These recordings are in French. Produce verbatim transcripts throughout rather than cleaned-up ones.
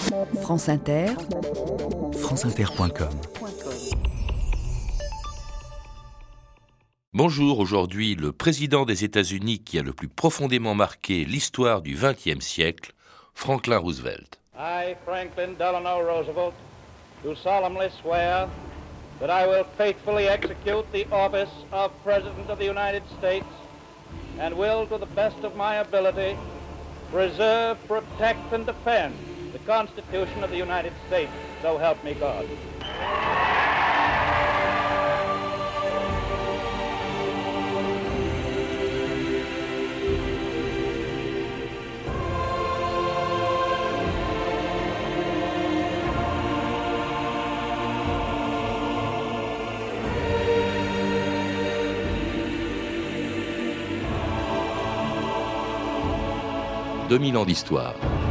France Inter, franceinter point com. Bonjour, aujourd'hui, le président des États-Unis qui a le plus profondément marqué l'histoire du vingtième siècle, Franklin Roosevelt. I, Franklin Delano Roosevelt, do solemnly swear that I will faithfully execute the office of President of the United States and will, to the best of my ability, preserve, protect, and defend the Constitution of the United States. So help me God. deux mille ans d'histoire.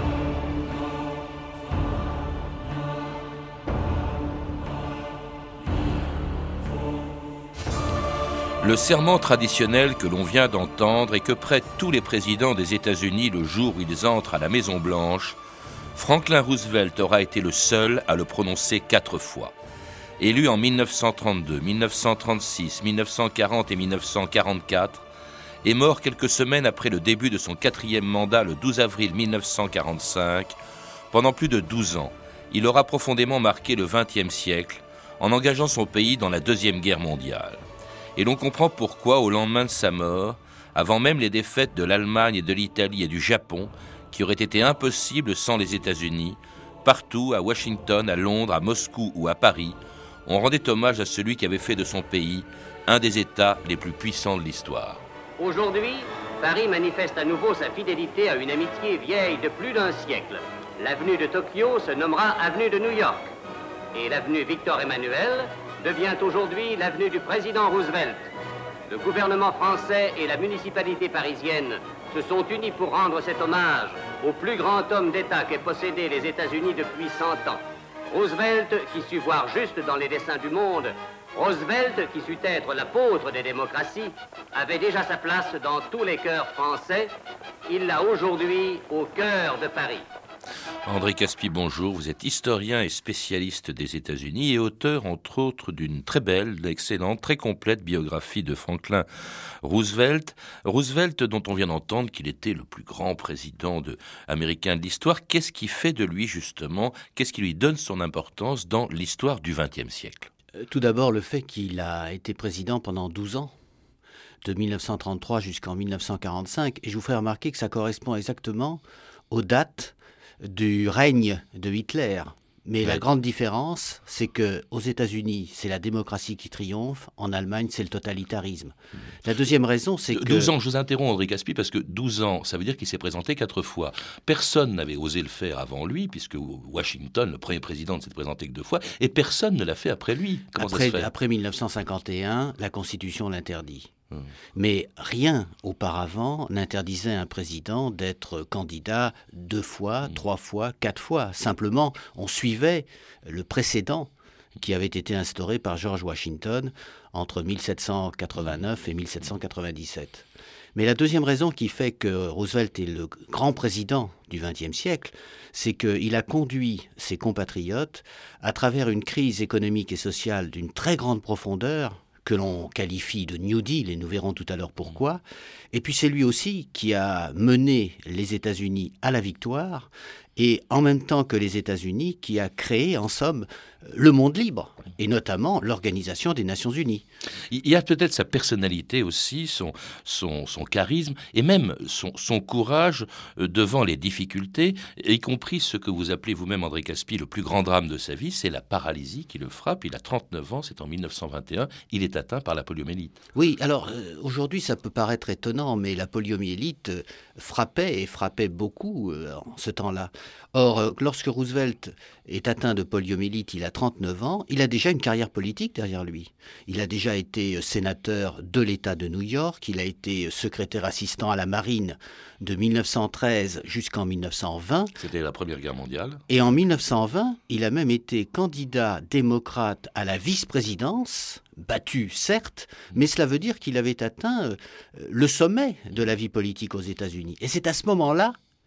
Le serment traditionnel que l'on vient d'entendre et que prêtent tous les présidents des États-Unis le jour où ils entrent à la Maison-Blanche, Franklin Roosevelt aura été le seul à le prononcer quatre fois. Élu en mille neuf cent trente-deux, mille neuf cent trente-six, mille neuf cent quarante et mille neuf cent quarante-quatre, est mort quelques semaines après le début de son quatrième mandat le douze avril mille neuf cent quarante-cinq. Pendant plus de douze ans, il aura profondément marqué le vingtième siècle en engageant son pays dans la Deuxième Guerre mondiale. Et l'on comprend pourquoi, au lendemain de sa mort, avant même les défaites de l'Allemagne et de l'Italie et du Japon, qui auraient été impossibles sans les États-Unis, partout, à Washington, à Londres, à Moscou ou à Paris, on rendait hommage à celui qui avait fait de son pays un des États les plus puissants de l'histoire. Aujourd'hui, Paris manifeste à nouveau sa fidélité à une amitié vieille de plus d'un siècle. L'avenue de Tokyo se nommera avenue de New York. Et l'avenue Victor Emmanuel devient aujourd'hui l'avenue du président Roosevelt. Le gouvernement français et la municipalité parisienne se sont unis pour rendre cet hommage au plus grand homme d'État qu'aient possédé les États-Unis depuis cent ans. Roosevelt, qui sut voir juste dans les dessins du monde, Roosevelt, qui sut être l'apôtre des démocraties, avait déjà sa place dans tous les cœurs français. Il l'a aujourd'hui au cœur de Paris. André Caspi, bonjour. Vous êtes historien et spécialiste des États-Unis et auteur, entre autres, d'une très belle, excellente, très complète biographie de Franklin Roosevelt. Roosevelt, dont on vient d'entendre qu'il était le plus grand président de, américain de l'histoire. Qu'est-ce qui fait de lui, justement, qu'est-ce qui lui donne son importance dans l'histoire du vingtième siècle ? Tout d'abord, le fait qu'il a été président pendant douze ans, de mille neuf cent trente-trois jusqu'en mille neuf cent quarante-cinq. Et je vous ferai remarquer que ça correspond exactement aux dates du règne de Hitler. Mais ouais. La grande différence, c'est qu'aux États-Unis, c'est la démocratie qui triomphe. En Allemagne, c'est le totalitarisme. La deuxième raison, c'est que... douze ans, je vous interromps, André Caspi, parce que douze ans, ça veut dire qu'il s'est présenté quatre fois. Personne n'avait osé le faire avant lui, puisque Washington, le premier président, ne s'est présenté que deux fois, et personne ne l'a fait après lui. Comment après, ça se fait ? Après mille neuf cent cinquante et un, la Constitution l'interdit. Hum. Mais rien auparavant n'interdisait à un président d'être candidat deux fois, hum. trois fois, quatre fois. Simplement, on suivait le précédent qui avait été instauré par George Washington entre mille sept cent quatre-vingt-neuf et mille sept cent quatre-vingt-dix-sept. Mais la deuxième raison qui fait que Roosevelt est le grand président du vingtième siècle, c'est qu'il a conduit ses compatriotes à travers une crise économique et sociale d'une très grande profondeur, que l'on qualifie de New Deal, et nous verrons tout à l'heure pourquoi. Et puis c'est lui aussi qui a mené les États-Unis à la victoire, et en même temps que les États-Unis, qui a créé, en somme, le monde libre, et notamment l'Organisation des Nations Unies. Il y a peut-être sa personnalité aussi, son, son, son charisme, et même son, son courage devant les difficultés, y compris ce que vous appelez vous-même, André Caspi, le plus grand drame de sa vie, c'est la paralysie qui le frappe. Il a trente-neuf ans, c'est en mille neuf cent vingt et un, il est atteint par la poliomyélite. Oui, alors euh, aujourd'hui ça peut paraître étonnant, mais la poliomyélite euh, frappait et frappait beaucoup euh, en ce temps-là. Or, euh, lorsque Roosevelt est atteint de poliomyélite, il a trente-neuf ans, il a déjà une carrière politique derrière lui. Il a déjà été sénateur de l'État de New York, il a été secrétaire assistant à la marine de mille neuf cent treize jusqu'en mille neuf cent vingt. C'était la Première Guerre mondiale. Et en mille neuf cent vingt, il a même été candidat démocrate à la vice-présidence, battu certes, mais cela veut dire qu'il avait atteint le sommet de la vie politique aux États-Unis. Et c'est à ce moment-là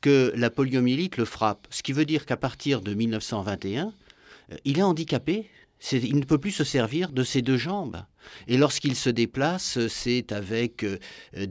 que la poliomyélite le frappe. Ce qui veut dire qu'à partir de mille neuf cent vingt et un, il est handicapé. C'est, il ne peut plus se servir de ses deux jambes. Et lorsqu'il se déplace, c'est avec euh,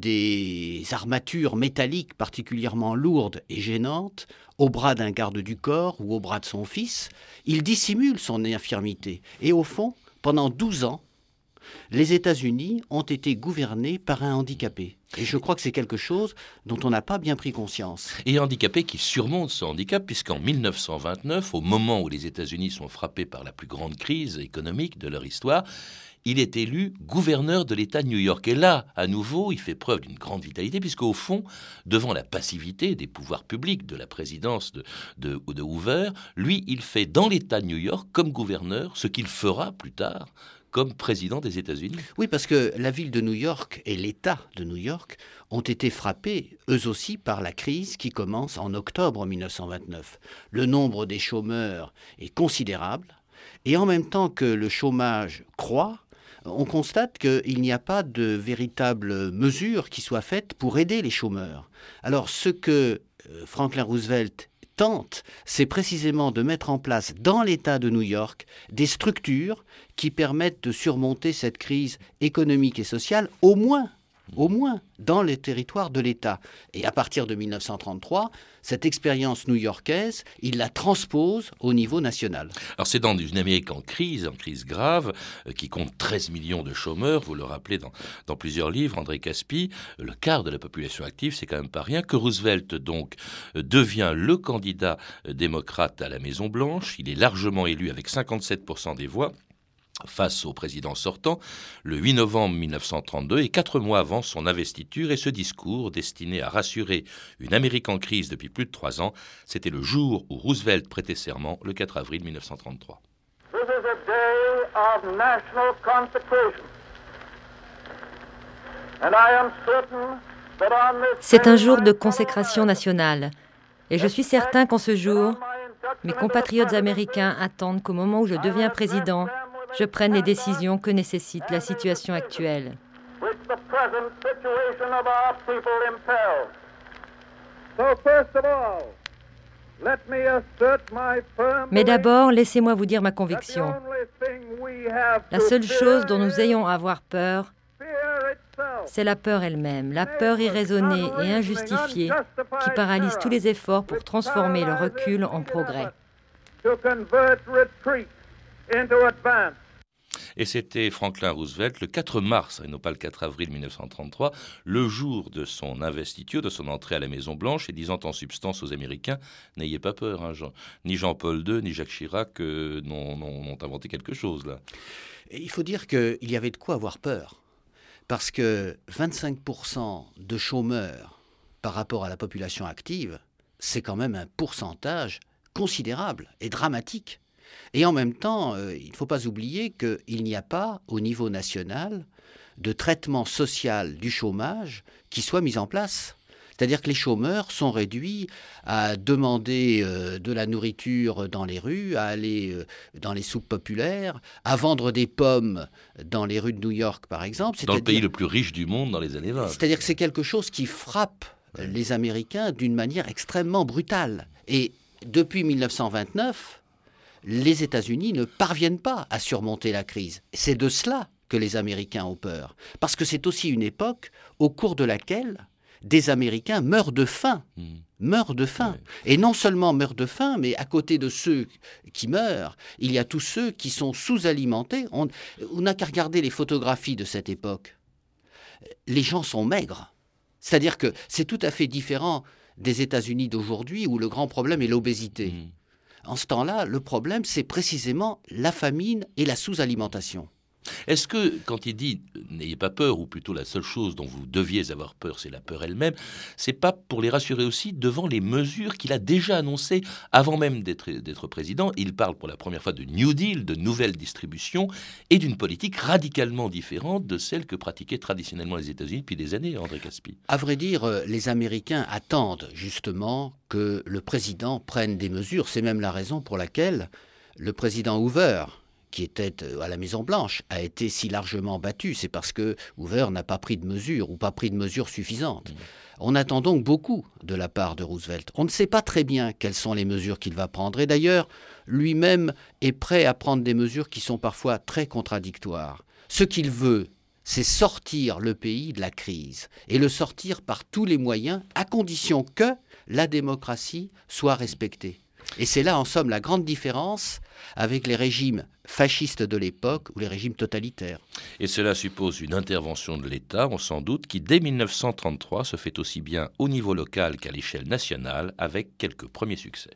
des armatures métalliques particulièrement lourdes et gênantes, au bras d'un garde du corps ou au bras de son fils. Il dissimule son infirmité. Et au fond, pendant douze ans, les États-Unis ont été gouvernés par un handicapé. Et je crois que c'est quelque chose dont on n'a pas bien pris conscience. Et handicapé qui surmonte ce handicap, puisqu'en mille neuf cent vingt-neuf, au moment où les États-Unis sont frappés par la plus grande crise économique de leur histoire, il est élu gouverneur de l'État de New York. Et là, à nouveau, il fait preuve d'une grande vitalité, puisqu'au fond, devant la passivité des pouvoirs publics, de la présidence de, de, de Hoover, lui, il fait dans l'État de New York, comme gouverneur, ce qu'il fera plus tard comme président des États-Unis. Oui, parce que la ville de New York et l'État de New York ont été frappés, eux aussi, par la crise qui commence en octobre mille neuf cent vingt-neuf. Le nombre des chômeurs est considérable, et en même temps que le chômage croît, on constate qu'il n'y a pas de véritable mesure qui soit faite pour aider les chômeurs. Alors, ce que Franklin Roosevelt tente, c'est précisément de mettre en place dans l'État de New York des structures qui permettent de surmonter cette crise économique et sociale, au moins, au moins dans les territoires de l'État. Et à partir de mille neuf cent trente-trois, cette expérience new-yorkaise, il la transpose au niveau national. Alors c'est dans une Amérique en crise, en crise grave, euh, qui compte treize millions de chômeurs, vous le rappelez dans, dans plusieurs livres, André Caspi, euh, le quart de la population active, c'est quand même pas rien, que Roosevelt donc euh, devient le candidat euh, démocrate à la Maison-Blanche. Il est largement élu avec cinquante-sept pour cent des voix face au président sortant, le huit novembre mille neuf cent trente-deux, et quatre mois avant son investiture. Et ce discours, destiné à rassurer une Amérique en crise depuis plus de trois ans, c'était le jour où Roosevelt prêtait serment, le quatre avril mille neuf cent trente-trois. This is a day of national consecration. And I am certain that on this C'est un jour de consécration nationale. Et je suis certain qu'en ce jour, mes compatriotes américains attendent qu'au moment où je deviens président, je prenne les décisions que nécessite la situation actuelle. Mais d'abord, laissez-moi vous dire ma conviction. La seule chose dont nous ayons à avoir peur, c'est la peur elle-même, la peur irraisonnée et injustifiée qui paralyse tous les efforts pour transformer le recul en progrès. Et c'était Franklin Roosevelt le quatre mars, et non pas le quatre avril mille neuf cent trente-trois, le jour de son investiture, de son entrée à la Maison-Blanche, et disant en substance aux Américains, n'ayez pas peur, hein, Jean, ni Jean-Paul deux, ni Jacques Chirac euh, n'ont, n'ont, n'ont inventé quelque chose là. Et il faut dire qu'il y avait de quoi avoir peur, parce que vingt-cinq pour cent de chômeurs par rapport à la population active, c'est quand même un pourcentage considérable et dramatique. Et en même temps, euh, il ne faut pas oublier qu'il n'y a pas, au niveau national, de traitement social du chômage qui soit mis en place. C'est-à-dire que les chômeurs sont réduits à demander euh, de la nourriture dans les rues, à aller euh, dans les soupes populaires, à vendre des pommes dans les rues de New York, par exemple. Dans le pays le plus riche du monde dans les années vingt. C'est-à-dire que c'est quelque chose qui frappe ouais. les Américains d'une manière extrêmement brutale. Et depuis mille neuf cent vingt-neuf, les États-Unis ne parviennent pas à surmonter la crise. C'est de cela que les Américains ont peur. Parce que c'est aussi une époque au cours de laquelle des Américains meurent de faim. Mmh. Meurent de faim. Ouais. Et non seulement meurent de faim, mais à côté de ceux qui meurent, il y a tous ceux qui sont sous-alimentés. On, on n'a qu'à regarder les photographies de cette époque. Les gens sont maigres. C'est-à-dire que c'est tout à fait différent des États-Unis d'aujourd'hui où le grand problème est l'obésité. Mmh. En ce temps-là, le problème, c'est précisément la famine et la sous-alimentation. Est-ce que, quand il dit « n'ayez pas peur », ou plutôt la seule chose dont vous deviez avoir peur, c'est la peur elle-même, c'est pas pour les rassurer aussi devant les mesures qu'il a déjà annoncées avant même d'être, d'être président? Il parle pour la première fois de New Deal, de nouvelle distribution, et d'une politique radicalement différente de celle que pratiquaient traditionnellement les États-Unis depuis des années, André Caspi. À vrai dire, les Américains attendent justement que le président prenne des mesures. C'est même la raison pour laquelle le président Hoover, qui était à la Maison-Blanche, a été si largement battu, c'est parce que Hoover n'a pas pris de mesures ou pas pris de mesures suffisantes. Mmh. On attend donc beaucoup de la part de Roosevelt. On ne sait pas très bien quelles sont les mesures qu'il va prendre. Et d'ailleurs, lui-même est prêt à prendre des mesures qui sont parfois très contradictoires. Ce qu'il veut, c'est sortir le pays de la crise et le sortir par tous les moyens, à condition que la démocratie soit respectée. Et c'est là, en somme, la grande différence avec les régimes fascistes de l'époque ou les régimes totalitaires. Et cela suppose une intervention de l'État, on s'en doute, qui dès mille neuf cent trente-trois se fait aussi bien au niveau local qu'à l'échelle nationale, avec quelques premiers succès.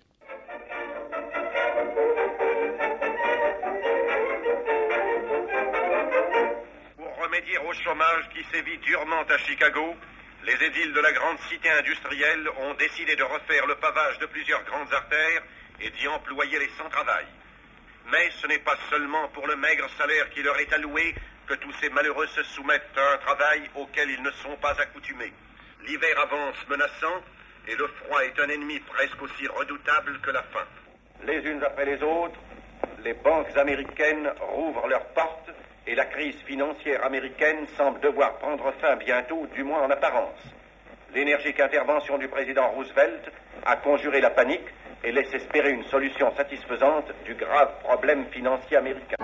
Pour remédier au chômage qui sévit durement à Chicago, les édiles de la grande cité industrielle ont décidé de refaire le pavage de plusieurs grandes artères et d'y employer les sans-travail. Mais ce n'est pas seulement pour le maigre salaire qui leur est alloué que tous ces malheureux se soumettent à un travail auquel ils ne sont pas accoutumés. L'hiver avance menaçant et le froid est un ennemi presque aussi redoutable que la faim. Les unes après les autres, les banques américaines rouvrent leurs portes et la crise financière américaine semble devoir prendre fin bientôt, du moins en apparence. L'énergique intervention du président Roosevelt a conjuré la panique et laisse espérer une solution satisfaisante du grave problème financier américain.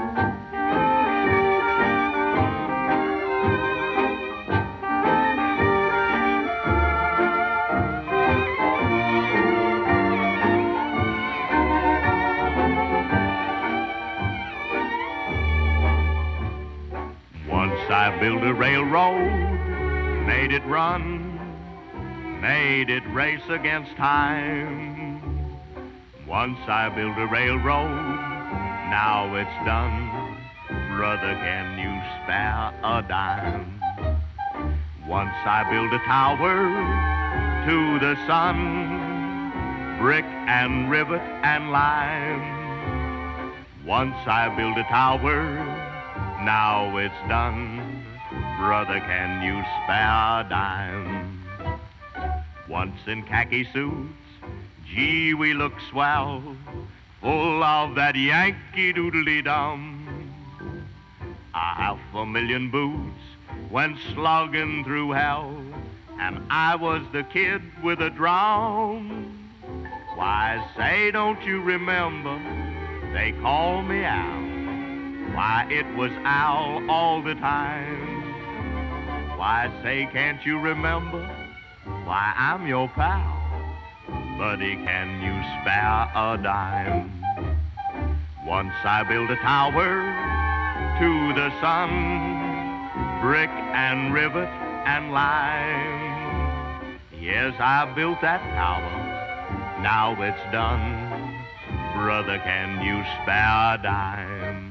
I built a railroad, made it run, made it race against time. Once I built a railroad, now it's done. Brother, can you spare a dime? Once I built a tower to the sun, brick and rivet and lime. Once I built a tower, now it's done. Brother, can you spare a dime? Once in khaki suits, gee, we look swell, full of that Yankee doodly-dum. A half a million boots went slugging through hell, and I was the kid with a drum. Why, say, don't you remember, they called me Al. Why, it was Al all the time. Why, say, can't you remember? Why, I'm your pal. Buddy, can you spare a dime? Once I built a tower to the sun, brick and rivet and lime. Yes, I built that tower, now it's done. Brother, can you spare a dime?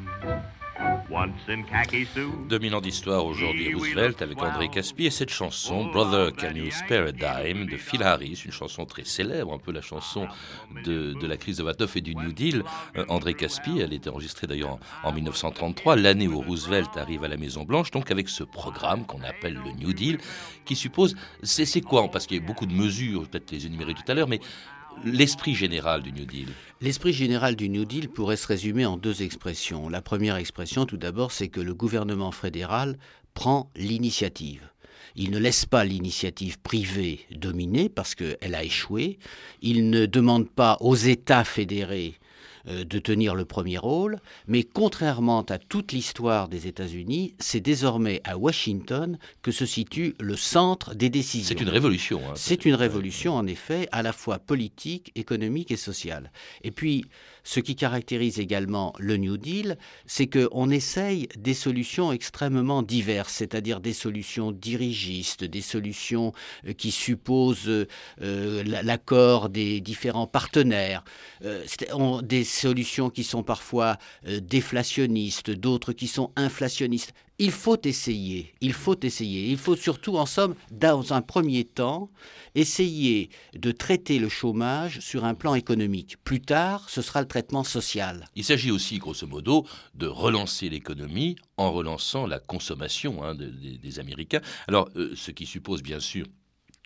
deux mille ans d'histoire aujourd'hui, Roosevelt avec André Caspi et cette chanson Brother Can You Spare a Dime de Phil Harris, une chanson très célèbre, un peu la chanson de, de la crise de vingt-neuf et du New Deal. Euh, André Caspi, elle était enregistrée d'ailleurs en, en mille neuf cent trente-trois, l'année où Roosevelt arrive à la Maison-Blanche, donc avec ce programme qu'on appelle le New Deal, qui suppose, c'est, c'est quoi? Parce qu'il y a beaucoup de mesures, peut-être les énumérer tout à l'heure, mais l'esprit général du New Deal. L'esprit général du New Deal pourrait se résumer en deux expressions. La première expression, tout d'abord, c'est que le gouvernement fédéral prend l'initiative. Il ne laisse pas l'initiative privée dominer parce qu'elle a échoué. Il ne demande pas aux États fédérés de tenir le premier rôle, mais contrairement à toute l'histoire des États-Unis, c'est désormais à Washington que se situe le centre des décisions. C'est une révolution. Hein, c'est une révolution, en effet, à la fois politique, économique et sociale. Et puis, ce qui caractérise également le New Deal, c'est qu'on essaye des solutions extrêmement diverses, c'est-à-dire des solutions dirigistes, des solutions qui supposent euh, l'accord des différents partenaires, euh, on, des solutions qui sont parfois euh, déflationnistes, d'autres qui sont inflationnistes. Il faut essayer, il faut essayer. Il faut surtout, en somme, dans un premier temps, essayer de traiter le chômage sur un plan économique. Plus tard, ce sera le traitement social. Il s'agit aussi, grosso modo, de relancer l'économie en relançant la consommation hein, de, de, des Américains. Alors, euh, ce qui suppose, bien sûr,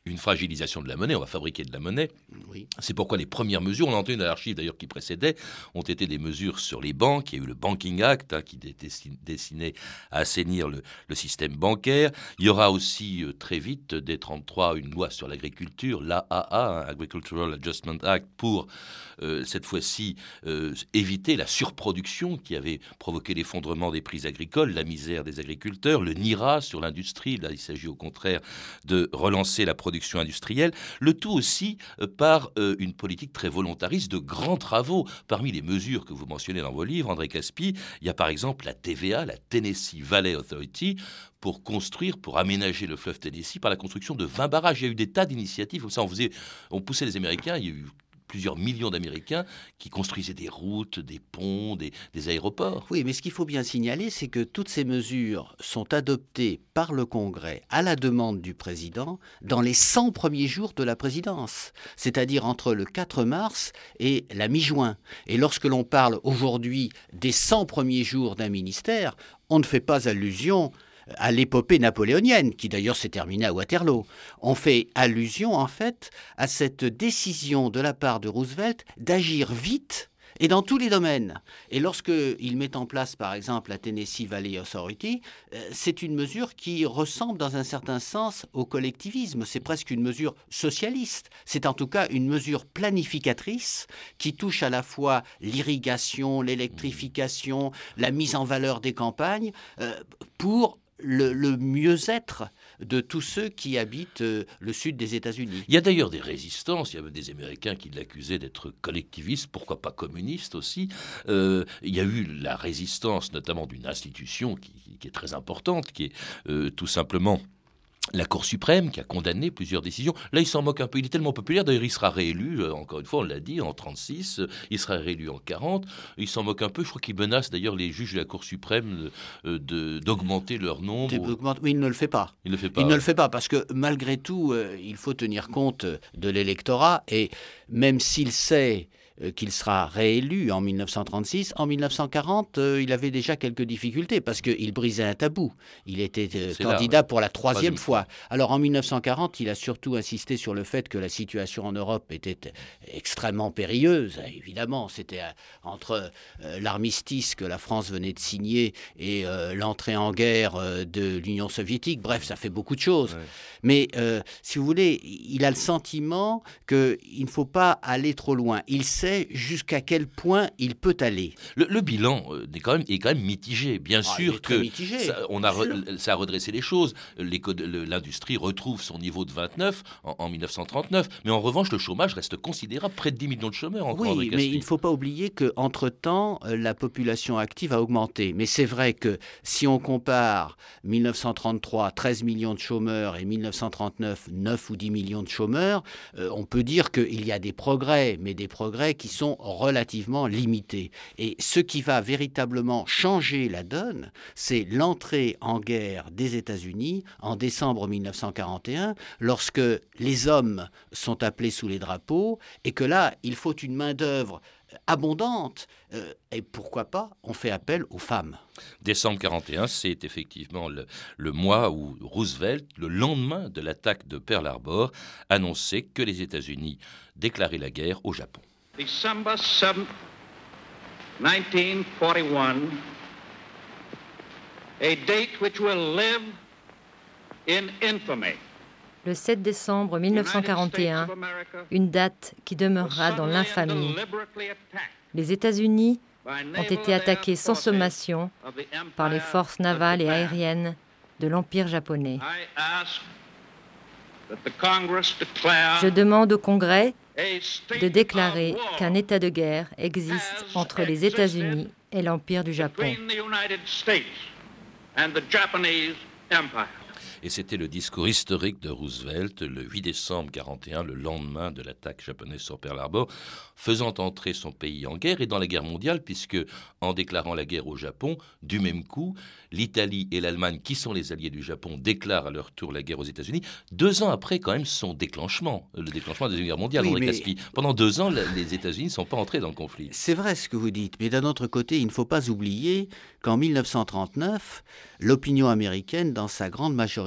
une fragilisation de la monnaie, on va fabriquer de la monnaie. Oui. C'est pourquoi les premières mesures, on l'a entendu dans l'archive d'ailleurs qui précédait, ont été des mesures sur les banques. Il y a eu le Banking Act hein, qui était destiné à assainir le, le système bancaire. Il y aura aussi euh, très vite, dès trente-trois, une loi sur l'agriculture, l'A A A, hein, Agricultural Adjustment Act, pour euh, cette fois-ci euh, éviter la surproduction qui avait provoqué l'effondrement des prix agricoles, la misère des agriculteurs, le NIRA sur l'industrie. Là, il s'agit au contraire de relancer la production industrielle, le tout aussi euh, par euh, une politique très volontariste de grands travaux. Parmi les mesures que vous mentionnez dans vos livres, André Caspi, il y a par exemple la T V A, la Tennessee Valley Authority, pour construire, pour aménager le fleuve Tennessee par la construction de vingt barrages. Il y a eu des tas d'initiatives comme ça. On, faisait, on poussait les Américains, il y a eu plusieurs millions d'Américains qui construisaient des routes, des ponts, des, des aéroports. Oui, mais ce qu'il faut bien signaler, c'est que toutes ces mesures sont adoptées par le Congrès à la demande du président dans les cent premiers jours de la présidence, c'est-à-dire entre le quatre mars et la mi-juin. Et lorsque l'on parle aujourd'hui des cent premiers jours d'un ministère, on ne fait pas allusion à l'épopée napoléonienne, qui d'ailleurs s'est terminée à Waterloo. On fait allusion, en fait, à cette décision de la part de Roosevelt d'agir vite et dans tous les domaines. Et lorsqu'il met en place, par exemple, la Tennessee Valley Authority, euh, c'est une mesure qui ressemble dans un certain sens au collectivisme. C'est presque une mesure socialiste. C'est en tout cas une mesure planificatrice qui touche à la fois l'irrigation, l'électrification, la mise en valeur des campagnes, euh, pour Le, le mieux-être de tous ceux qui habitent euh, le sud des États-Unis. Il y a d'ailleurs des résistances, il y avait des Américains qui l'accusaient d'être collectiviste, pourquoi pas communiste aussi. Euh, il y a eu la résistance notamment d'une institution qui, qui est très importante, qui est euh, tout simplement la Cour suprême, qui a condamné plusieurs décisions. Là, il s'en moque un peu. Il est tellement populaire. D'ailleurs, il sera réélu, euh, encore une fois, on l'a dit, en trente-six. Euh, il sera réélu en quarante. Il s'en moque un peu. Je crois qu'il menace d'ailleurs les juges de la Cour suprême euh, de, d'augmenter leur nombre. Oui, il ne le fait pas. Il ne le fait pas. Il ouais. ne le fait pas parce que, malgré tout, euh, il faut tenir compte de l'électorat. Et même s'il sait qu'il sera réélu en mille neuf cent trente-six. En mille neuf cent quarante, euh, il avait déjà quelques difficultés parce qu'il brisait un tabou. Il était euh, candidat là, ouais. pour la troisième, troisième fois. Alors en mille neuf cent quarante, il a surtout insisté sur le fait que la situation en Europe était extrêmement périlleuse. Évidemment, c'était euh, entre euh, l'armistice que la France venait de signer et euh, l'entrée en guerre euh, de l'Union soviétique. Bref, ça fait beaucoup de choses. Ouais. Mais euh, si vous voulez, il a le sentiment qu'il ne faut pas aller trop loin. Il sait jusqu'à quel point il peut aller. Le, le bilan euh, est, quand même, est quand même mitigé. Bien ah, sûr que ça, on a re, ça a redressé les choses. Le, l'industrie retrouve son niveau de vingt-neuf en, en mille neuf cent trente-neuf. Mais en revanche, le chômage reste considérable. Près de dix millions de chômeurs encore. Oui, mais il ne faut pas oublier qu'entre-temps, la population active a augmenté. Mais c'est vrai que si on compare mille neuf cent trente-trois, treize millions de chômeurs et mille neuf cent trente-neuf, neuf ou dix millions de chômeurs, euh, on peut dire qu'il y a des progrès, mais des progrès qui sont relativement limités. Et ce qui va véritablement changer la donne, c'est l'entrée en guerre des États-Unis en décembre mille neuf cent quarante et un, lorsque les hommes sont appelés sous les drapeaux et que là, il faut une main-d'œuvre abondante. Euh, et pourquoi pas, on fait appel aux femmes. Décembre quarante et un, c'est effectivement le, le mois où Roosevelt, le lendemain de l'attaque de Pearl Harbor, annonçait que les États-Unis déclaraient la guerre au Japon. December seventh, nineteen forty-one, a date which will live in infamy. Le sept décembre mille neuf cent quarante et un, une date qui demeurera dans l'infamie. Les États-Unis ont été attaqués sans sommation par les forces navales et aériennes de l'Empire japonais. Je demande au Congrès de déclarer qu'un état de guerre existe entre les États-Unis et l'Empire du Japon. Et c'était le discours historique de Roosevelt le huit décembre quarante et un, le lendemain de l'attaque japonaise sur Pearl Harbor, faisant entrer son pays en guerre et dans la guerre mondiale, puisque en déclarant la guerre au Japon, du même coup, l'Italie et l'Allemagne, qui sont les alliés du Japon, déclarent à leur tour la guerre aux États-Unis. Deux ans après, quand même, son déclenchement, le déclenchement de la Deuxième Guerre mondiale, oui, André mais... Caspi. Pendant deux ans, les États-Unis ne sont pas entrés dans le conflit. C'est vrai ce que vous dites, mais d'un autre côté, il ne faut pas oublier qu'en mille neuf cent trente-neuf, l'opinion américaine, dans sa grande majorité,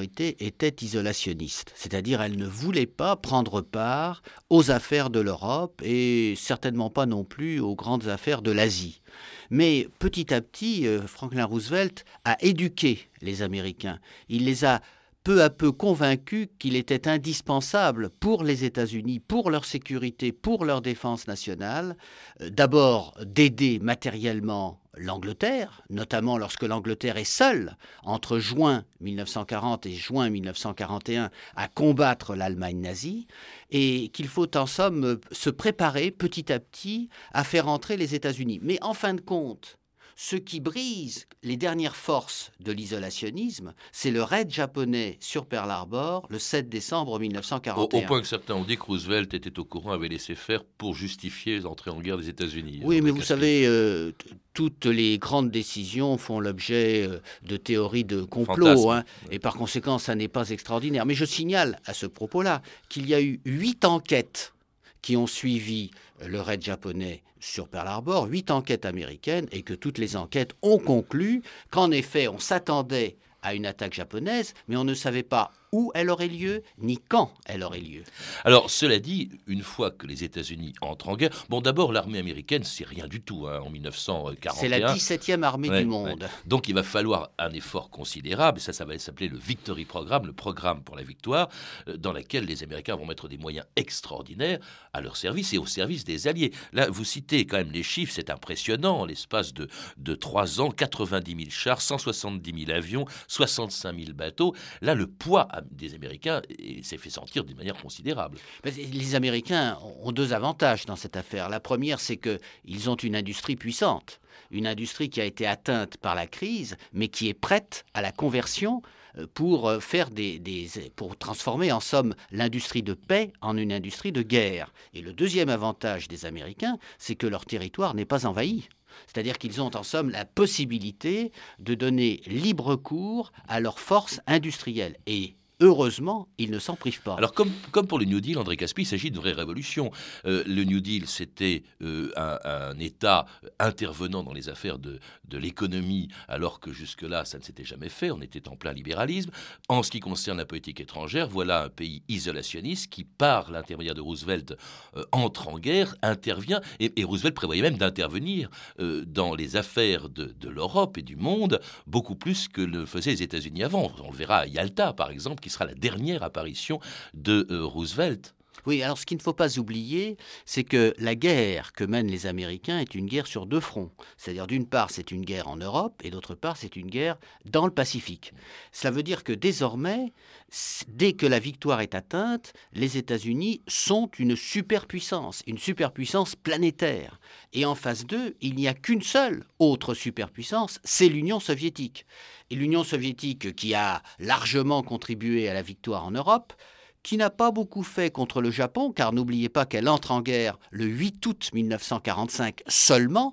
majorité était isolationniste, c'est-à-dire elle ne voulait pas prendre part aux affaires de l'Europe et certainement pas non plus aux grandes affaires de l'Asie. Mais petit à petit, euh, Franklin Roosevelt a éduqué les Américains. Il les a peu à peu convaincus qu'il était indispensable pour les États-Unis, pour leur sécurité, pour leur défense nationale, euh, d'abord d'aider matériellement l'Angleterre, notamment lorsque l'Angleterre est seule, entre juin mille neuf cent quarante et juin mille neuf cent quarante et un, à combattre l'Allemagne nazie, et qu'il faut en somme se préparer petit à petit à faire entrer les États-Unis. Mais en fin de compte, ce qui brise les dernières forces de l'isolationnisme, c'est le raid japonais sur Pearl Harbor le sept décembre mille neuf cent quarante et un. Au, au point que certains ont dit que Roosevelt était au courant, avait laissé faire pour justifier l'entrée en guerre des États-Unis. Oui, mais vous savez, euh, t- toutes les grandes décisions font l'objet euh, de théories de complot, hein, et par conséquent, ça n'est pas extraordinaire. Mais je signale à ce propos-là qu'il y a eu huit enquêtes qui ont suivi le raid japonais sur Pearl Harbor, huit enquêtes américaines, et que toutes les enquêtes ont conclu qu'en effet, on s'attendait à une attaque japonaise, mais on ne savait pas où elle aurait lieu, ni quand elle aurait lieu. Alors, cela dit, une fois que les États-Unis entrent en guerre, bon, d'abord, l'armée américaine, c'est rien du tout, hein, en mille neuf cent quarante et un. C'est la dix-septième armée ouais, du monde. Ouais. Donc, il va falloir un effort considérable, ça, ça va s'appeler le Victory Programme, le programme pour la victoire, euh, dans lequel les Américains vont mettre des moyens extraordinaires à leur service et au service des Alliés. Là, vous citez quand même les chiffres, c'est impressionnant, en l'espace de, de trois ans, quatre-vingt-dix mille chars, cent soixante-dix mille avions, soixante-cinq mille bateaux. Là, le poids des Américains s'est fait sentir d'une manière considérable. Les Américains ont deux avantages dans cette affaire. La première, c'est qu'ils ont une industrie puissante, une industrie qui a été atteinte par la crise, mais qui est prête à la conversion pour faire des, des pour transformer en somme l'industrie de paix en une industrie de guerre. Et le deuxième avantage des Américains, c'est que leur territoire n'est pas envahi. C'est-à-dire qu'ils ont en somme la possibilité de donner libre cours à leurs forces industrielles. Et heureusement, ils ne s'en privent pas. Alors, comme, comme pour le New Deal, André Caspi, il s'agit d'une vraie révolution. Euh, le New Deal, c'était euh, un, un État intervenant dans les affaires de, de l'économie, alors que jusque-là, ça ne s'était jamais fait. On était en plein libéralisme. En ce qui concerne la politique étrangère, voilà un pays isolationniste qui, par l'intermédiaire de Roosevelt, euh, entre en guerre, intervient. Et, et Roosevelt prévoyait même d'intervenir euh, dans les affaires de, de l'Europe et du monde, beaucoup plus que le faisaient les États-Unis avant. On le verra à Yalta, par exemple, qui sera la dernière apparition de euh, Roosevelt. Oui, alors ce qu'il ne faut pas oublier, c'est que la guerre que mènent les Américains est une guerre sur deux fronts. C'est-à-dire, d'une part, c'est une guerre en Europe, et d'autre part, c'est une guerre dans le Pacifique. Cela veut dire que désormais, dès que la victoire est atteinte, les États-Unis sont une superpuissance, une superpuissance planétaire. Et en face d'eux, il n'y a qu'une seule autre superpuissance, c'est l'Union soviétique. Et l'Union soviétique, qui a largement contribué à la victoire en Europe, qui n'a pas beaucoup fait contre le Japon, car n'oubliez pas qu'elle entre en guerre le huit août mille neuf cent quarante-cinq seulement,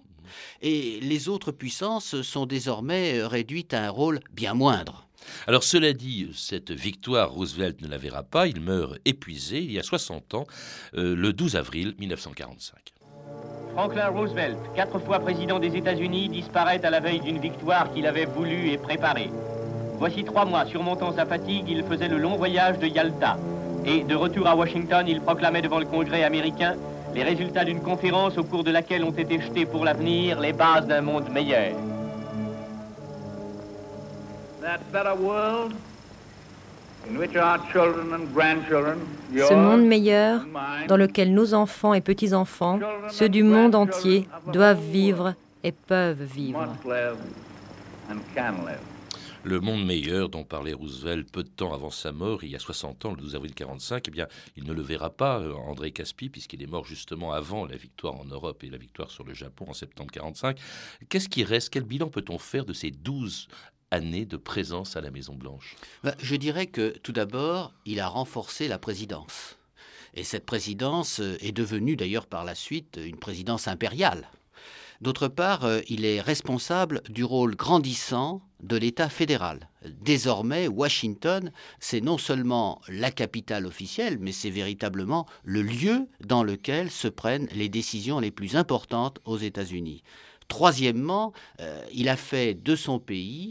et les autres puissances sont désormais réduites à un rôle bien moindre. Alors cela dit, cette victoire, Roosevelt ne la verra pas, il meurt épuisé il y a soixante ans, euh, le douze avril mille neuf cent quarante-cinq. Franklin Roosevelt, quatre fois président des États-Unis, disparaît à la veille d'une victoire qu'il avait voulu et préparée. Voici trois mois, surmontant sa fatigue, il faisait le long voyage de Yalta. Et de retour à Washington, il proclamait devant le Congrès américain les résultats d'une conférence au cours de laquelle ont été jetées pour l'avenir les bases d'un monde meilleur. That better world in which our children and grandchildren, Ce monde meilleur dans lequel nos enfants et petits-enfants, ceux du monde entier, doivent vivre et peuvent vivre. must live and can live. Le monde meilleur dont parlait Roosevelt peu de temps avant sa mort, il y a soixante ans, le douze avril quarante-cinq, eh bien, il ne le verra pas, euh, André Caspi, puisqu'il est mort justement avant la victoire en Europe et la victoire sur le Japon en septembre quarante-cinq. Qu'est-ce qui reste? Quel bilan peut-on faire de ces douze années de présence à la Maison-Blanche? Ben, je dirais que, tout d'abord, il a renforcé la présidence. Et cette présidence est devenue, d'ailleurs, par la suite, une présidence impériale. D'autre part, il est responsable du rôle grandissant de l'État fédéral. Désormais, Washington, c'est non seulement la capitale officielle, mais c'est véritablement le lieu dans lequel se prennent les décisions les plus importantes aux États-Unis. Troisièmement, euh, il a fait de son pays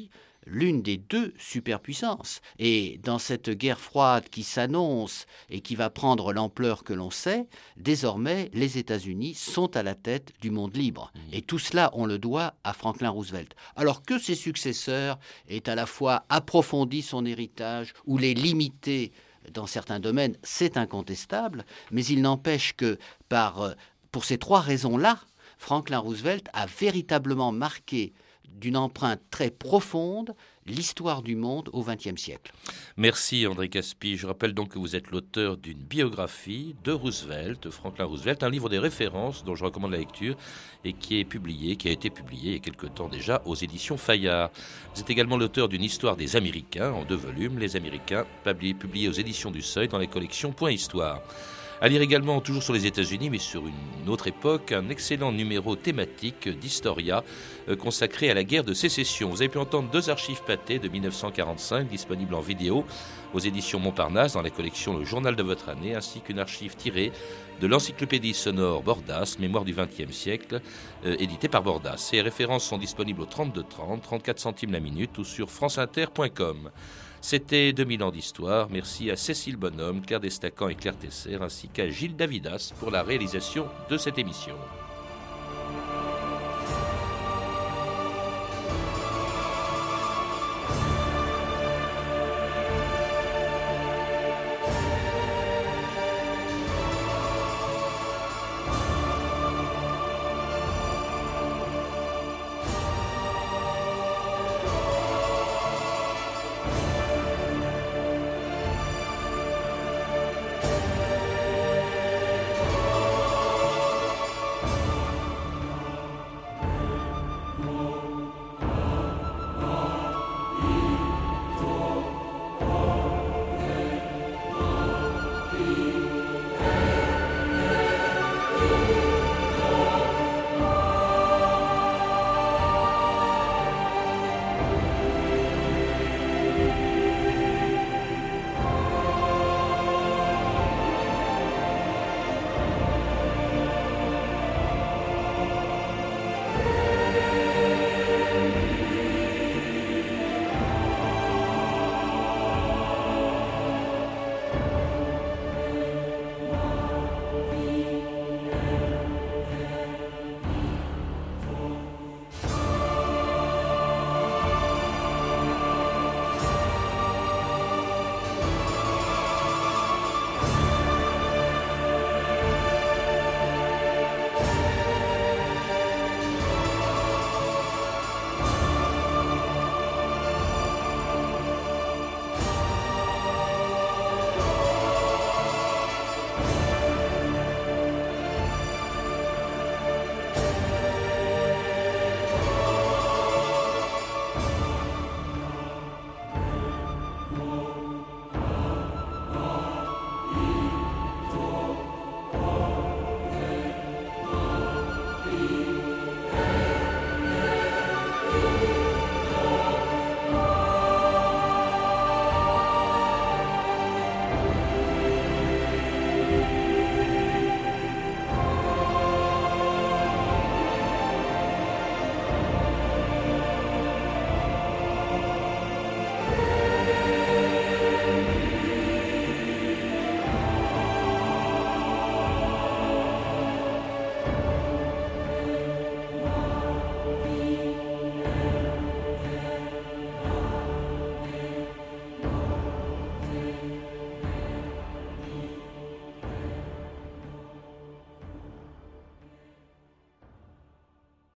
l'une des deux superpuissances. Et dans cette guerre froide qui s'annonce et qui va prendre l'ampleur que l'on sait, désormais, les États-Unis sont à la tête du monde libre. Et tout cela, on le doit à Franklin Roosevelt. Alors que ses successeurs aient à la fois approfondi son héritage ou les limité dans certains domaines, c'est incontestable, mais il n'empêche que par, pour ces trois raisons-là, Franklin Roosevelt a véritablement marqué d'une empreinte très profonde l'histoire du monde au vingtième siècle. Merci André Caspi. Je rappelle donc que vous êtes l'auteur d'une biographie de Roosevelt, Franklin Roosevelt, un livre des références dont je recommande la lecture et qui est publié, qui a été publié il y a quelque temps déjà aux éditions Fayard. Vous êtes également l'auteur d'une histoire des Américains en deux volumes, Les Américains, publié aux éditions du Seuil dans les collections Point Histoire. À lire également, toujours sur les États-Unis, mais sur une autre époque, un excellent numéro thématique d'Historia euh, consacré à la guerre de sécession. Vous avez pu entendre deux archives pâtées de dix-neuf cent quarante-cinq, disponibles en vidéo aux éditions Montparnasse dans la collection Le Journal de votre année, ainsi qu'une archive tirée de l'encyclopédie sonore Bordas, Mémoire du vingtième siècle, euh, éditée par Bordas. Ces références sont disponibles au trente-deux trente, trente-quatre centimes la minute ou sur franceinter point com. C'était deux mille ans d'histoire. Merci à Cécile Bonhomme, Claire Destacan et Claire Tesser, ainsi qu'à Gilles Davidas pour la réalisation de cette émission.